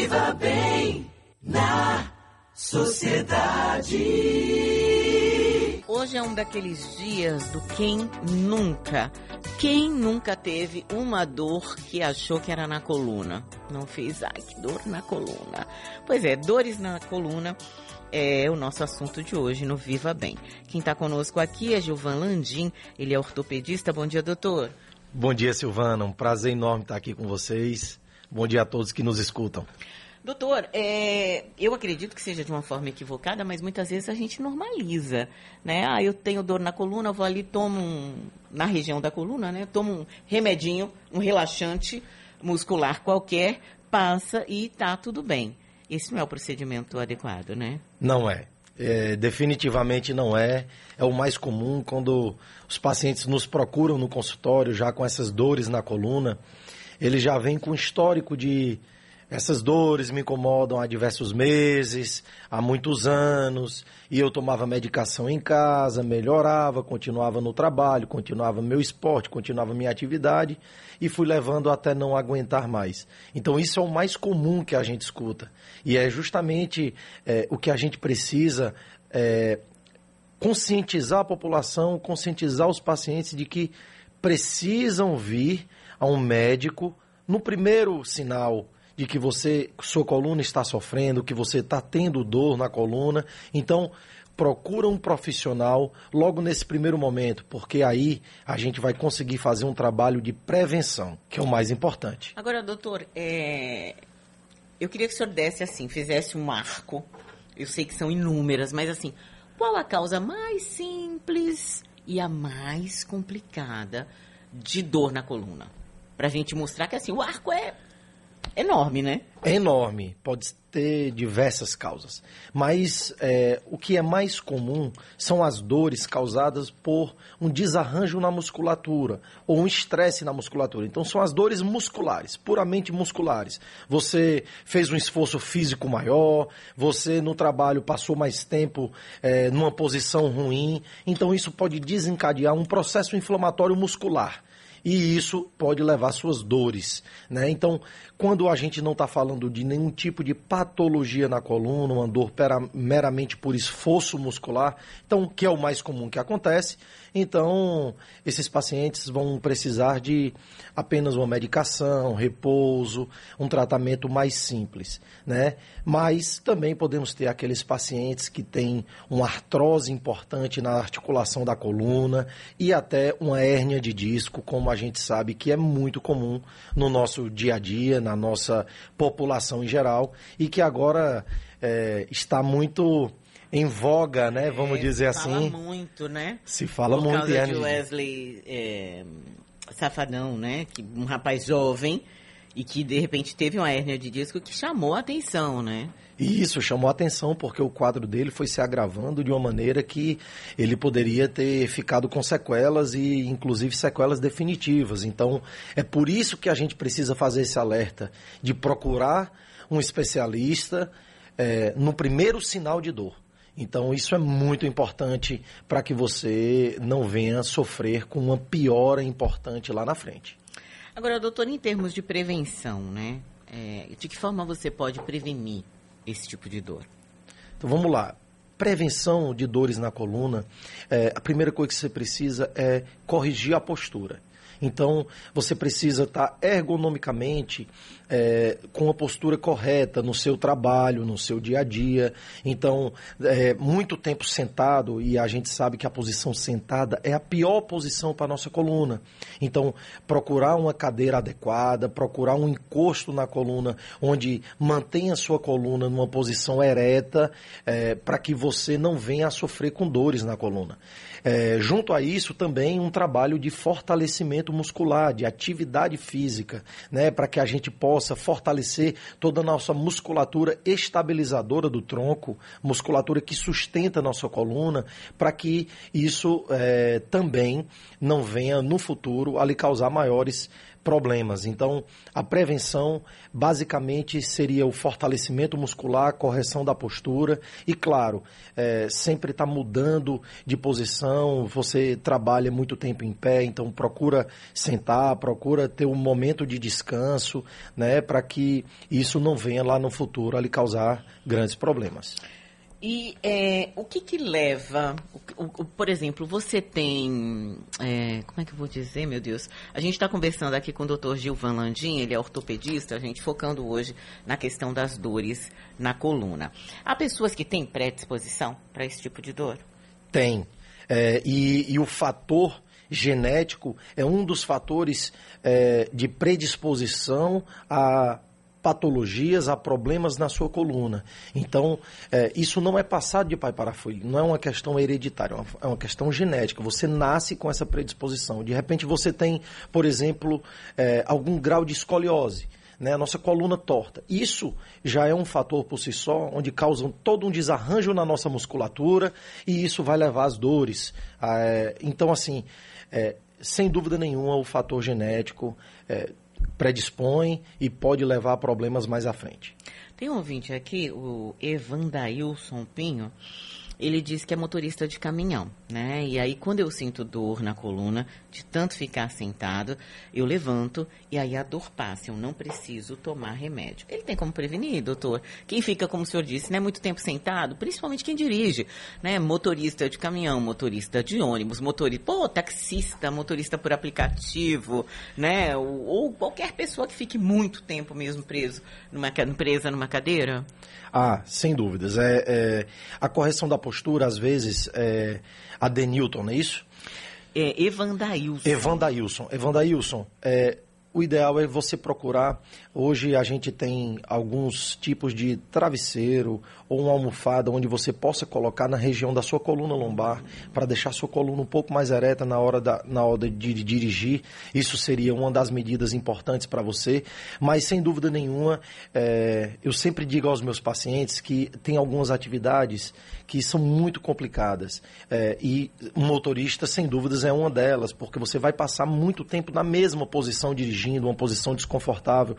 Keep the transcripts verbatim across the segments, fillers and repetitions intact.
Viva Bem na sociedade. Hoje é um daqueles dias do quem nunca. Quem nunca teve uma dor que achou que era na coluna? Não fez, ai, que dor na coluna. Pois é, dores na coluna é o nosso assunto de hoje no Viva Bem. Quem está conosco aqui é Gilvan Landim, ele é ortopedista. Bom dia, doutor. Bom dia, Silvana. Um prazer enorme estar aqui com vocês. Bom dia a todos que nos escutam. Doutor, é, eu acredito que seja de uma forma equivocada, mas muitas vezes a gente normaliza, né? Ah, eu tenho dor na coluna, vou ali, tomo um, na região da coluna, né? Tomo um remedinho, um relaxante muscular qualquer, passa e tá tudo bem. Esse não é o procedimento adequado, né? Não é. É, definitivamente não é. É o mais comum quando os pacientes nos procuram no consultório já com essas dores na coluna. Eles já vêm com histórico de essas dores me incomodam há diversos meses, há muitos anos, e eu tomava medicação em casa, melhorava, continuava no trabalho, continuava meu esporte, continuava minha atividade e fui levando até não aguentar mais. Então isso é o mais comum que a gente escuta e é justamente é, o que a gente precisa é, conscientizar a população, conscientizar os pacientes de que precisam vir a um médico no primeiro sinal de que você, sua coluna está sofrendo, que você está tendo dor na coluna. Então, procura um profissional logo nesse primeiro momento, porque aí a gente vai conseguir fazer um trabalho de prevenção, que é o mais importante. Agora, doutor, é... eu queria que o senhor desse assim, fizesse um marco. Eu sei que são inúmeras, mas assim, qual a causa mais simples e a mais complicada de dor na coluna? Para a gente mostrar que assim, o arco é enorme, né? É enorme, pode ter diversas causas, mas é, o que é mais comum são as dores causadas por um desarranjo na musculatura ou um estresse na musculatura. Então são as dores musculares, puramente musculares. Você fez um esforço físico maior, você no trabalho passou mais tempo é, numa posição ruim, então isso pode desencadear um processo inflamatório muscular. E isso pode levar às suas dores, né? Então, quando a gente não está falando de nenhum tipo de patologia na coluna, uma dor pera, meramente por esforço muscular, então, que é o mais comum que acontece, então, esses pacientes vão precisar de apenas uma medicação, repouso, um tratamento mais simples, né? Mas também podemos ter aqueles pacientes que têm uma artrose importante na articulação da coluna e até uma hérnia de disco, como a gente sabe que é muito comum no nosso dia a dia, na nossa população em geral, e que agora é, está muito em voga, né? Vamos é, dizer se assim. Se fala muito, né? Se fala Por muito. Por causa de Wesley é, Safadão, né? Que, um rapaz jovem e que, de repente, teve uma hérnia de disco que chamou a atenção, né? Isso, chamou a atenção porque o quadro dele foi se agravando de uma maneira que ele poderia ter ficado com sequelas e, inclusive, sequelas definitivas. Então, é por isso que a gente precisa fazer esse alerta de procurar um especialista é, no primeiro sinal de dor. Então, isso é muito importante para que você não venha sofrer com uma piora importante lá na frente. Agora, doutor, em termos de prevenção, né? É, de que forma você pode prevenir esse tipo de dor? Então, vamos lá. Prevenção de dores na coluna, é, a primeira coisa que você precisa é corrigir a postura. Então, você precisa estar ergonomicamente é, com a postura correta no seu trabalho, no seu dia a dia. Então, é, muito tempo sentado, e a gente sabe que a posição sentada é a pior posição para a nossa coluna. Então, procurar uma cadeira adequada, procurar um encosto na coluna, onde mantenha a sua coluna numa posição ereta, é, para que você não venha a sofrer com dores na coluna. É, junto a isso, também um trabalho de fortalecimento muscular, de atividade física, né, para que a gente possa fortalecer toda a nossa musculatura estabilizadora do tronco, musculatura que sustenta a nossa coluna, para que isso é, também não venha no futuro a lhe causar maiores problemas. Então, a prevenção basicamente seria o fortalecimento muscular, a correção da postura e, claro, é, sempre está mudando de posição, você trabalha muito tempo em pé, então procura sentar, procura ter um momento de descanso, né, para que isso não venha lá no futuro a lhe causar grandes problemas. E é, o que que leva, o, o, por exemplo, você tem, é, como é que eu vou dizer, meu Deus? A gente está conversando aqui com o doutor Gilvan Landim, ele é ortopedista, a gente focando hoje na questão das dores na coluna. Há pessoas que têm predisposição para esse tipo de dor? Tem. É, e, e o fator genético é um dos fatores é, de predisposição a patologias, a problemas na sua coluna. Então, é, isso não é passado de pai para filho, não é uma questão hereditária, é uma, é uma questão genética. Você nasce com essa predisposição. De repente você tem, por exemplo, é, algum grau de escoliose, né, a nossa coluna torta. Isso já é um fator por si só, onde causa todo um desarranjo na nossa musculatura e isso vai levar às dores. É, então, assim, é, sem dúvida nenhuma, o fator genético é, predispõe e pode levar a problemas mais à frente. Tem um ouvinte aqui, o Evandailson Pinho, ele diz que é motorista de caminhão, né? E aí, quando eu sinto dor na coluna, de tanto ficar sentado, eu levanto e aí a dor passa, eu não preciso tomar remédio. Ele tem como prevenir, doutor? Quem fica, como o senhor disse, né, muito tempo sentado, principalmente quem dirige, né? Motorista de caminhão, motorista de ônibus, motorista, pô, taxista, motorista por aplicativo, né? Ou, ou qualquer pessoa que fique muito tempo mesmo preso, numa, presa numa cadeira. Ah, sem dúvidas. É, é, a correção da postura, às vezes, é Adenilton, não é isso? É, Evandailson. Evandailson. Evandailson, é, o ideal é você procurar. Hoje a gente tem alguns tipos de travesseiro ou uma almofada onde você possa colocar na região da sua coluna lombar para deixar a sua coluna um pouco mais ereta na hora, da, na hora de, de dirigir. Isso seria uma das medidas importantes para você. Mas, sem dúvida nenhuma, é, eu sempre digo aos meus pacientes que tem algumas atividades que são muito complicadas. É, e o motorista, sem dúvidas, é uma delas, porque você vai passar muito tempo na mesma posição dirigindo, uma posição desconfortável.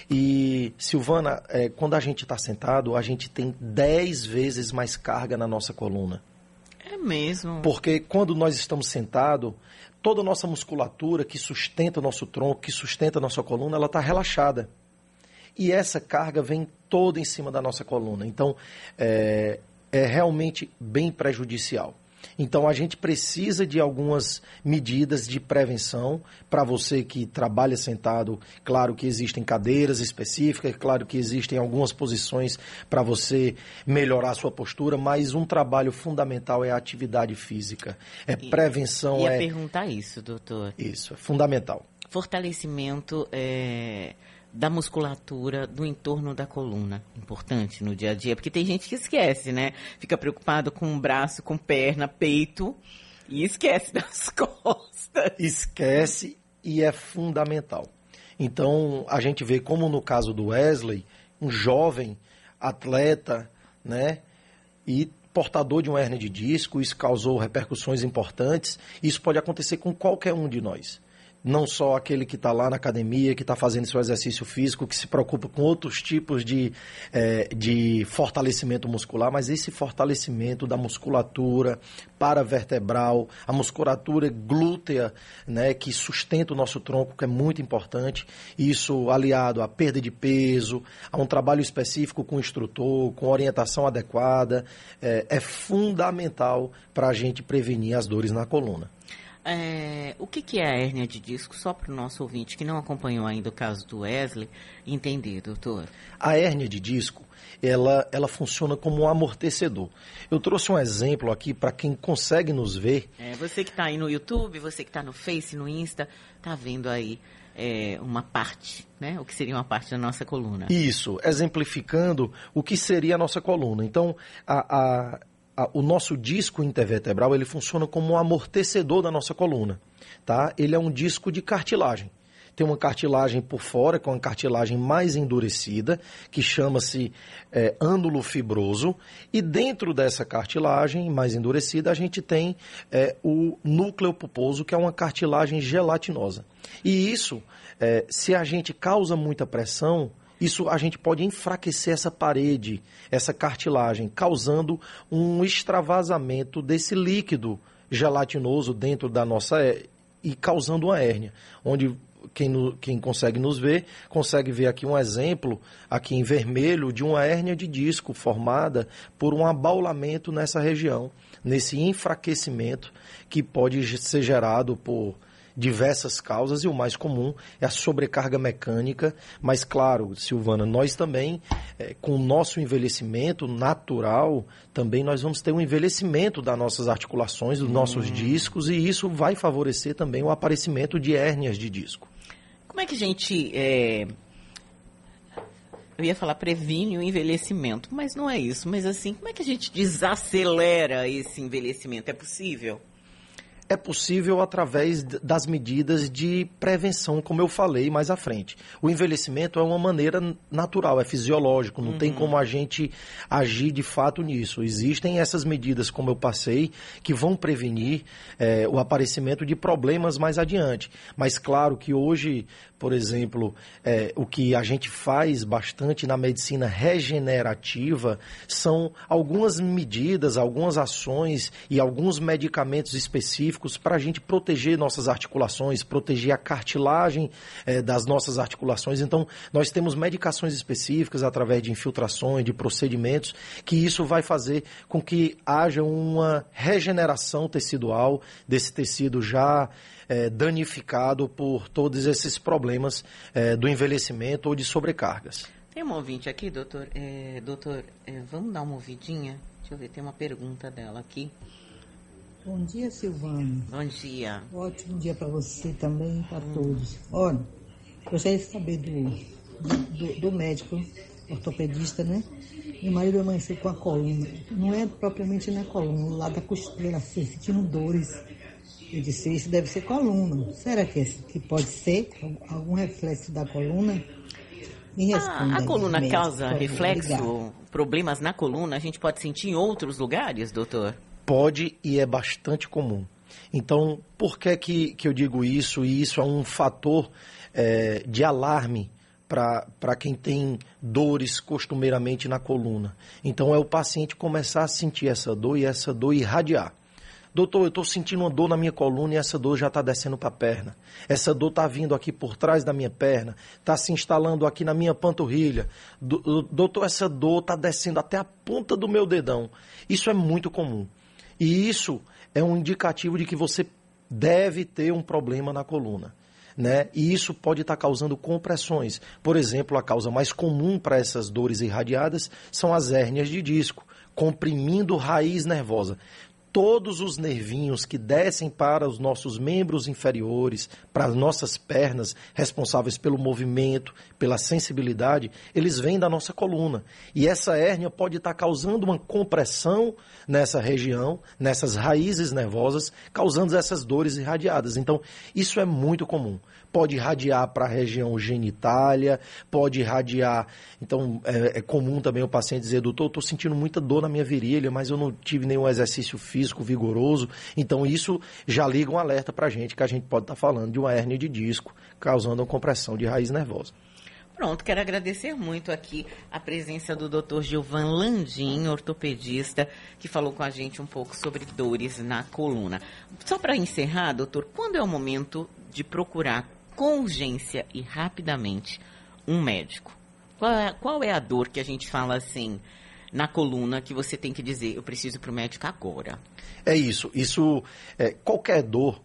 E, Silvana, é, quando a gente está sentado, a gente tem dez vezes mais carga na nossa coluna. É mesmo? Porque quando nós estamos sentados, toda a nossa musculatura que sustenta o nosso tronco, que sustenta a nossa coluna, ela está relaxada. E essa carga vem toda em cima da nossa coluna. Então, é, é realmente bem prejudicial. Então, a gente precisa de algumas medidas de prevenção para você que trabalha sentado. Claro que existem cadeiras específicas, claro que existem algumas posições para você melhorar a sua postura, mas um trabalho fundamental é a atividade física. É prevenção. Ia é... perguntar isso, doutor. Isso, é fundamental. Fortalecimento é... da musculatura do entorno da coluna, importante no dia a dia, porque tem gente que esquece, né? Fica preocupado com o braço, com perna, peito e esquece das costas. Esquece e é fundamental. Então, a gente vê como no caso do Wesley, um jovem atleta, né? E portador de uma hérnia de disco, isso causou repercussões importantes. Isso pode acontecer com qualquer um de nós. Não só aquele que está lá na academia, que está fazendo seu exercício físico, que se preocupa com outros tipos de, é, de fortalecimento muscular, mas esse fortalecimento da musculatura paravertebral, a musculatura glútea, né, que sustenta o nosso tronco, que é muito importante. Isso aliado à perda de peso, a um trabalho específico com o instrutor, com orientação adequada, é, é fundamental para a gente prevenir as dores na coluna. É, o que, que é a hérnia de disco? Só para o nosso ouvinte que não acompanhou ainda o caso do Wesley entender, doutor. A hérnia de disco, ela, ela funciona como um amortecedor. Eu trouxe um exemplo aqui para quem consegue nos ver. É, você que está aí no YouTube, você que está no Face, no Insta, está vendo aí é, uma parte, né? O que seria uma parte da nossa coluna. Isso, exemplificando o que seria a nossa coluna. Então, a... a o nosso disco intervertebral, ele funciona como um amortecedor da nossa coluna, tá? Ele é um disco de cartilagem. tem uma cartilagem por fora, com uma cartilagem mais endurecida, que chama-se é, ânulo fibroso, e dentro dessa cartilagem mais endurecida a gente tem é, o núcleo pulposo, que é uma cartilagem gelatinosa. E isso, é, se a gente causa muita pressão, isso a gente pode enfraquecer essa parede, essa cartilagem, causando um extravasamento desse líquido gelatinoso dentro da nossa e causando uma hérnia, onde quem, no, quem consegue nos ver, consegue ver aqui um exemplo, aqui em vermelho, de uma hérnia de disco formada por um abaulamento nessa região, nesse enfraquecimento que pode ser gerado por diversas causas, e o mais comum é a sobrecarga mecânica. Mas claro, Silvana, nós também, é, com o nosso envelhecimento natural, também nós vamos ter um envelhecimento das nossas articulações, dos nossos hum. discos, e isso vai favorecer também o aparecimento de hérnias de disco. Como é que a gente... É... Eu ia falar previne o envelhecimento, mas não é isso. Mas assim, como é que a gente desacelera esse envelhecimento? É possível? É possível através das medidas de prevenção, como eu falei mais à frente. O envelhecimento é uma maneira natural, é fisiológico, não uhum. tem como a gente agir de fato nisso. Existem essas medidas, como eu passei, que vão prevenir é, o aparecimento de problemas mais adiante. Mas claro que hoje, por exemplo, é, o que a gente faz bastante na medicina regenerativa são algumas medidas, algumas ações e alguns medicamentos específicos para a gente proteger nossas articulações, proteger a cartilagem eh, das nossas articulações. Então, nós temos medicações específicas através de infiltrações, de procedimentos, que isso vai fazer com que haja uma regeneração tecidual desse tecido já eh, danificado por todos esses problemas eh, do envelhecimento ou de sobrecargas. Tem um ouvinte aqui, doutor. É, doutor, é, vamos dar uma ouvidinha? Deixa eu ver, tem uma pergunta dela aqui. Bom dia, Silvana. Bom dia. Ótimo dia para você também e para hum. todos. Olha, gostaria de saber do, do, do médico ortopedista, né? Meu marido amanheceu com a coluna. Não é propriamente na coluna, lá da costela, assim, sentindo dores. Eu disse, isso deve ser coluna. Será que, é, que pode ser algum reflexo da coluna? Me responda. Ah, a coluna médico, causa reflexo, obrigado. Problemas na coluna, a gente pode sentir em outros lugares, doutor? Pode, e é bastante comum. Então, por que, que, que eu digo isso? E isso é um fator é, de alarme para quem tem dores costumeiramente na coluna. Então, é o paciente começar a sentir essa dor e essa dor irradiar. Doutor, eu estou sentindo uma dor na minha coluna e essa dor já está descendo para a perna. Essa dor está vindo aqui por trás da minha perna, está se instalando aqui na minha panturrilha. Doutor, essa dor está descendo até a ponta do meu dedão. Isso é muito comum. E isso é um indicativo de que você deve ter um problema na coluna, né? E isso pode estar causando compressões. Por exemplo, a causa mais comum para essas dores irradiadas são as hérnias de disco, comprimindo raiz nervosa. Todos os nervinhos que descem para os nossos membros inferiores, para as nossas pernas, responsáveis pelo movimento, pela sensibilidade, eles vêm da nossa coluna. E essa hérnia pode estar causando uma compressão nessa região, nessas raízes nervosas, causando essas dores irradiadas. Então, isso é muito comum. Pode irradiar para a região genitália, pode irradiar... Então, é, é comum também o paciente dizer, doutor, eu estou sentindo muita dor na minha virilha, mas eu não tive nenhum exercício físico vigoroso. Então, isso já liga um alerta para a gente, que a gente pode estar falando de uma hérnia de disco, causando uma compressão de raiz nervosa. Pronto, quero agradecer muito aqui a presença do doutor Gilvan Landim, ortopedista, que falou com a gente um pouco sobre dores na coluna. Só para encerrar, doutor, quando é o momento de procurar com urgência e rapidamente um médico? Qual é, qual é a dor que a gente fala assim na coluna que você tem que dizer, eu preciso ir para o médico agora? É isso. Isso é, qualquer dor,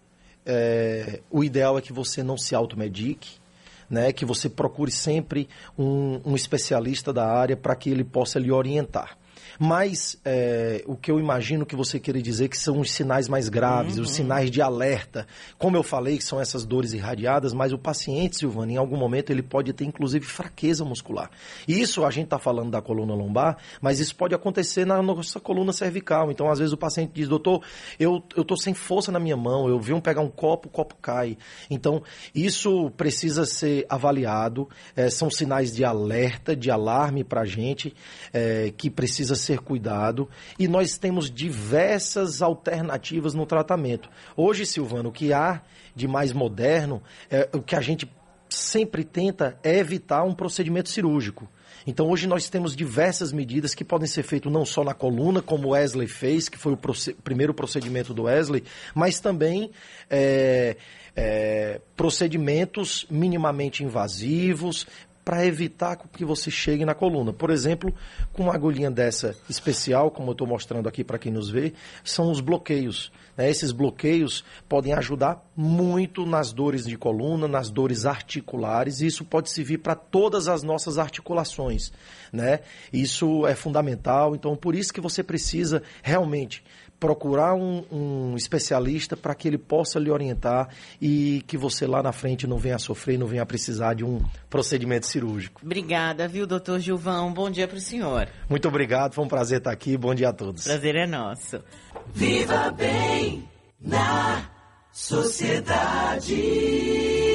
é, o ideal é que você não se automedique, né, que você procure sempre um, um especialista da área para que ele possa lhe orientar. Mas é, o que eu imagino que você queria dizer que são os sinais mais graves, uhum. os sinais de alerta. Como eu falei, que são essas dores irradiadas, mas o paciente, Silvana, em algum momento ele pode ter inclusive fraqueza muscular. E isso a gente está falando da coluna lombar, mas isso pode acontecer na nossa coluna cervical. Então, às vezes o paciente diz, doutor, eu estou sem força na minha mão, eu vi um pegar um copo, o copo cai. Então, isso precisa ser avaliado, é, são sinais de alerta, de alarme para a gente, é, que precisa ser cuidado, e nós temos diversas alternativas no tratamento. Hoje, Silvano, o que há de mais moderno, é, o que a gente sempre tenta é evitar um procedimento cirúrgico. Então, hoje nós temos diversas medidas que podem ser feitas não só na coluna, como o Wesley fez, que foi o proce- primeiro procedimento do Wesley, mas também é, é, procedimentos minimamente invasivos, para evitar que você chegue na coluna. Por exemplo, com uma agulhinha dessa especial, como eu estou mostrando aqui para quem nos vê, são os bloqueios. Né? Esses bloqueios podem ajudar muito nas dores de coluna, nas dores articulares, e isso pode servir para todas as nossas articulações. Né? Isso é fundamental, então por isso que você precisa realmente procurar um, um especialista para que ele possa lhe orientar e que você lá na frente não venha a sofrer, não venha a precisar de um procedimento cirúrgico. Obrigada, viu, doutor Gilvão? Bom dia para o senhor. Muito obrigado, foi um prazer estar aqui. Bom dia a todos. Prazer é nosso. Viva bem na sociedade.